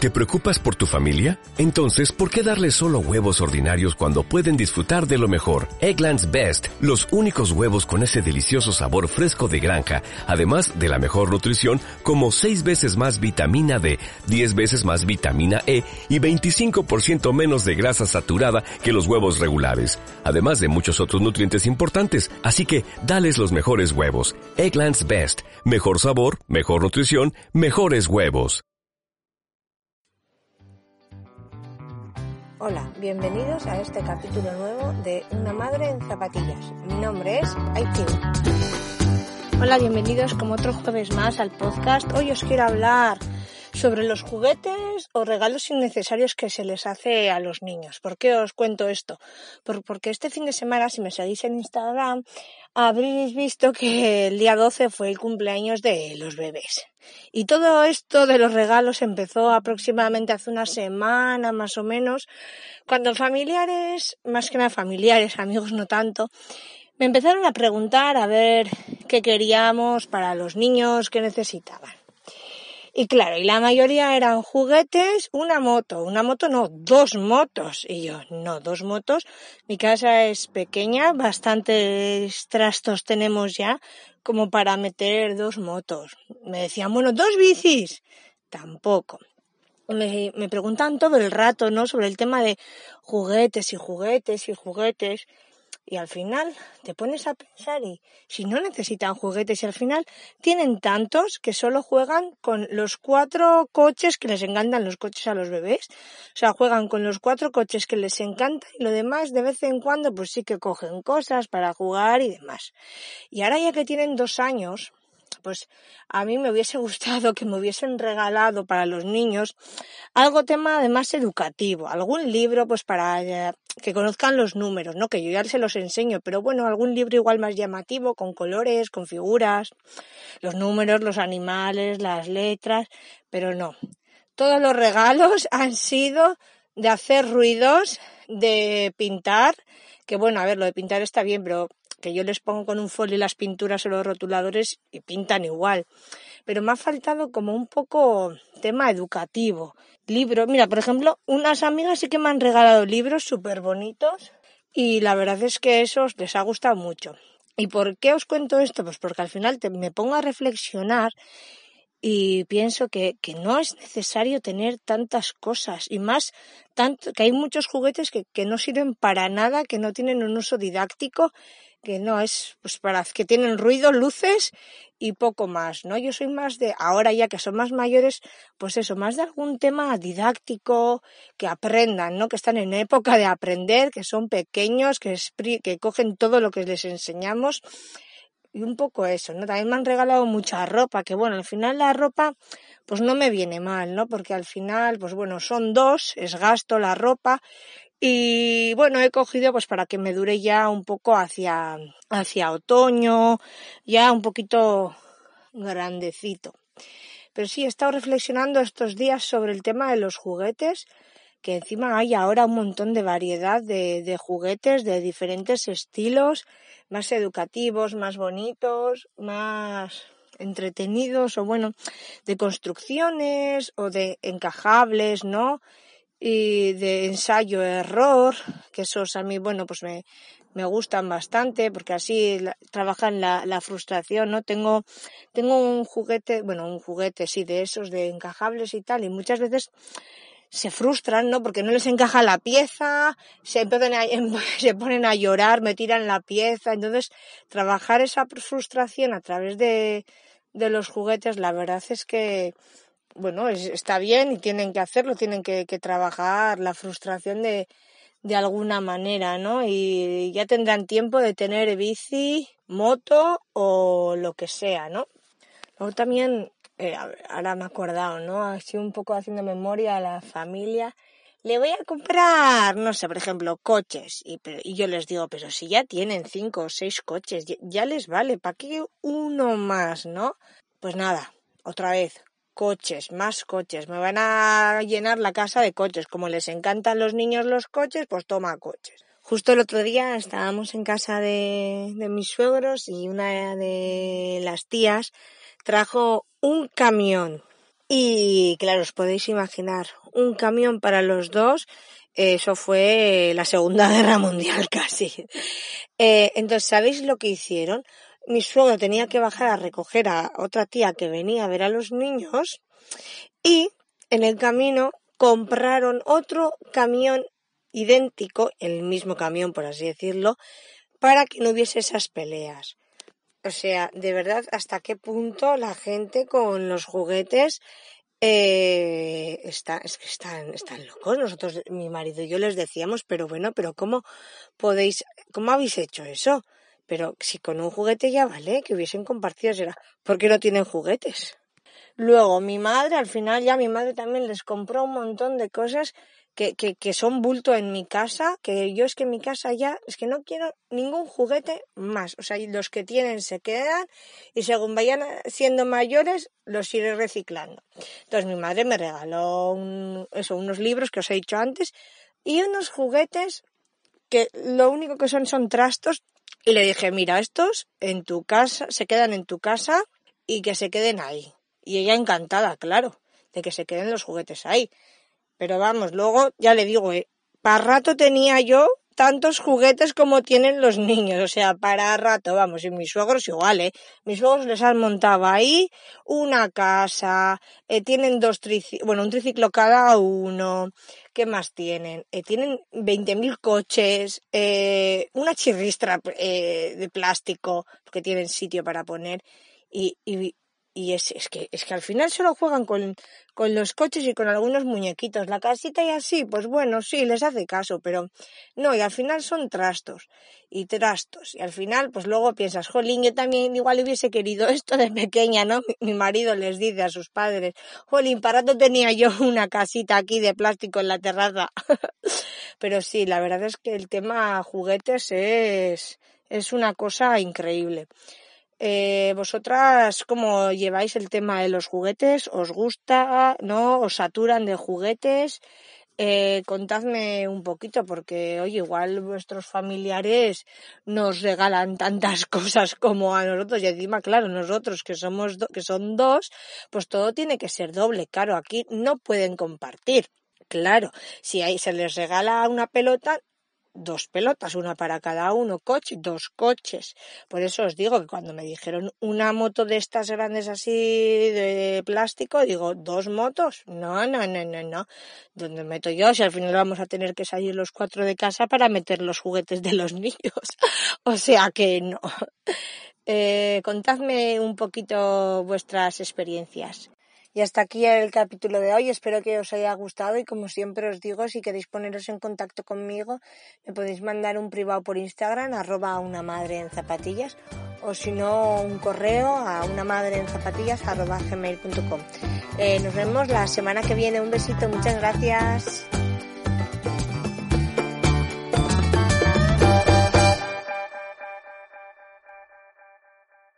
¿Te preocupas por tu familia? Entonces, ¿por qué darles solo huevos ordinarios cuando pueden disfrutar de lo mejor? Eggland's Best, los únicos huevos con ese delicioso sabor fresco de granja, además de la mejor nutrición, como 6 veces más vitamina D, 10 veces más vitamina E y 25% menos de grasa saturada que los huevos regulares, además de muchos otros nutrientes importantes. Así que, dales los mejores huevos. Eggland's Best, mejor sabor, mejor nutrición, mejores huevos. Hola, bienvenidos a este capítulo nuevo de Una madre en zapatillas. Mi nombre es Aichi. Hola, bienvenidos como otro jueves más al podcast. Hoy os quiero hablar sobre los juguetes o regalos innecesarios que se les hace a los niños. ¿Por qué os cuento esto? Porque este fin de semana, si me seguís en Instagram, habréis visto que el día 12 fue el cumpleaños de los bebés. Y todo esto de los regalos empezó aproximadamente hace una semana más o menos, cuando familiares, más que nada familiares, amigos no tanto, me empezaron a preguntar a ver qué queríamos para los niños, qué necesitaban. Y claro, y la mayoría eran juguetes, una moto no, 2 motos. Y yo, no, 2 motos, mi casa es pequeña, bastantes trastos tenemos ya como para meter 2 motos. Me decían, bueno, 2 bicis, tampoco. Me preguntan todo el rato, ¿no?, sobre el tema de juguetes. Y al final te pones a pensar y si no necesitan juguetes y al final tienen tantos que solo juegan con los 4 coches que les encantan los coches a los bebés. O sea, juegan con los 4 coches que les encantan y lo demás de vez en cuando pues sí que cogen cosas para jugar y demás. Y ahora ya que tienen 2 años, pues a mí me hubiese gustado que me hubiesen regalado para los niños algo tema además educativo, algún libro pues para que conozcan los números, ¿no? Que yo ya se los enseño, pero bueno, algún libro igual más llamativo, con colores, con figuras, los números, los animales, las letras, pero no. Todos los regalos han sido de hacer ruidos, de pintar, que bueno, a ver, lo de pintar está bien, pero que yo les pongo con un folio las pinturas o los rotuladores y pintan igual. Pero me ha faltado como un poco tema educativo. Libros, mira, por ejemplo, unas amigas sí que me han regalado libros súper bonitos y la verdad es que esos les ha gustado mucho. ¿Y por qué os cuento esto? Pues porque al final me pongo a reflexionar y pienso que no es necesario tener tantas cosas y más tanto que hay muchos juguetes que no sirven para nada, que no tienen un uso didáctico, que no es pues para que tienen ruido, luces y poco más, ¿no? Yo soy más de ahora ya que son más mayores, pues eso, más de algún tema didáctico, que aprendan, ¿no? Que están en época de aprender, que son pequeños, que cogen todo lo que les enseñamos. Y un poco eso, ¿no? También me han regalado mucha ropa, que bueno, al final la ropa pues no me viene mal, ¿no? Porque al final, pues bueno, son 2, es gasto la ropa y bueno, he cogido pues para que me dure ya un poco hacia otoño, ya un poquito grandecito. Pero sí, he estado reflexionando estos días sobre el tema de los juguetes, que encima hay ahora un montón de variedad de juguetes de diferentes estilos, más educativos, más bonitos, más entretenidos o bueno, de construcciones o de encajables, ¿no? Y de ensayo-error, que esos a mí, bueno, pues me gustan bastante porque así trabajan la frustración, ¿no? Tengo un juguete, sí, de esos de encajables y tal, y muchas veces se frustran, ¿no? Porque no les encaja la pieza, se ponen a llorar, me tiran la pieza. Entonces, trabajar esa frustración a través de los juguetes, la verdad es que, bueno, está bien y tienen que hacerlo, tienen que trabajar la frustración de alguna manera, ¿no? Y ya tendrán tiempo de tener bici, moto o lo que sea, ¿no? Luego también, ahora me he acordado, ¿no? Así un poco haciendo memoria a la familia. Le voy a comprar, no sé, por ejemplo, coches. Y yo les digo, pero si ya tienen 5 o 6 coches, ya les vale, ¿para qué uno más, no? Pues nada, otra vez, coches, más coches. Me van a llenar la casa de coches. Como les encantan los niños los coches, pues toma coches. Justo el otro día estábamos en casa de mis suegros y una de las tías trajo un camión Y claro, os podéis imaginar, un camión para los dos, eso fue la Segunda Guerra Mundial casi. Entonces, ¿sabéis lo que hicieron? Mi suegro tenía que bajar a recoger a otra tía que venía a ver a los niños y en el camino compraron otro camión idéntico, el mismo camión por así decirlo, para que no hubiese esas peleas. O sea, de verdad, ¿hasta qué punto la gente con los juguetes están locos? Nosotros, mi marido y yo les decíamos, pero bueno, pero ¿cómo habéis hecho eso? Pero si con un juguete ya vale, que hubiesen compartido, será, ¿por qué no tienen juguetes? Luego, mi madre también les compró un montón de cosas que son bulto en mi casa, que yo es que en mi casa ya, es que no quiero ningún juguete más. O sea, los que tienen se quedan y según vayan siendo mayores, los iré reciclando. Entonces mi madre me regaló unos libros que os he dicho antes y unos juguetes que lo único que son trastos. Y le dije, mira, estos en tu casa, se quedan en tu casa y que se queden ahí. Y ella encantada, claro, de que se queden los juguetes ahí. Pero vamos, luego, ya le digo, para rato tenía yo tantos juguetes como tienen los niños. O sea, para rato, vamos, y mis suegros igual, Mis suegros les han montado ahí una casa, tienen un triciclo cada uno. ¿Qué más tienen? Tienen 20.000 coches, una chirristra de plástico, porque tienen sitio para poner, y es que al final solo juegan con los coches y con algunos muñequitos. La casita y así, pues bueno, sí, les hace caso, pero no, y al final son trastos. Y al final, pues luego piensas, jolín, yo también igual hubiese querido esto de pequeña, ¿no? Mi marido les dice a sus padres, jolín, para rato tenía yo una casita aquí de plástico en la terraza. Pero sí, la verdad es que el tema juguetes es una cosa increíble. ¿Vosotras cómo lleváis el tema de los juguetes? ¿Os gusta? ¿No? ¿Os saturan de juguetes? Contadme un poquito porque, oye, igual vuestros familiares nos regalan tantas cosas como a nosotros y encima, claro, nosotros que son dos, pues todo tiene que ser doble. Claro, aquí no pueden compartir. Claro, si ahí se les regala una pelota, 2 pelotas, una para cada uno, dos coches. Por eso os digo que cuando me dijeron una moto de estas grandes así de plástico, digo, 2 motos. No. ¿Dónde meto yo? Si al final vamos a tener que salir los 4 de casa para meter los juguetes de los niños. O sea que no. Contadme un poquito vuestras experiencias. Y hasta aquí el capítulo de hoy. Espero que os haya gustado y como siempre os digo, si queréis poneros en contacto conmigo, me podéis mandar un privado por Instagram, @unamadreenzapatillas, o si no, un correo a unamadreenzapatillas@gmail.com. Nos vemos la semana que viene. Un besito, muchas gracias.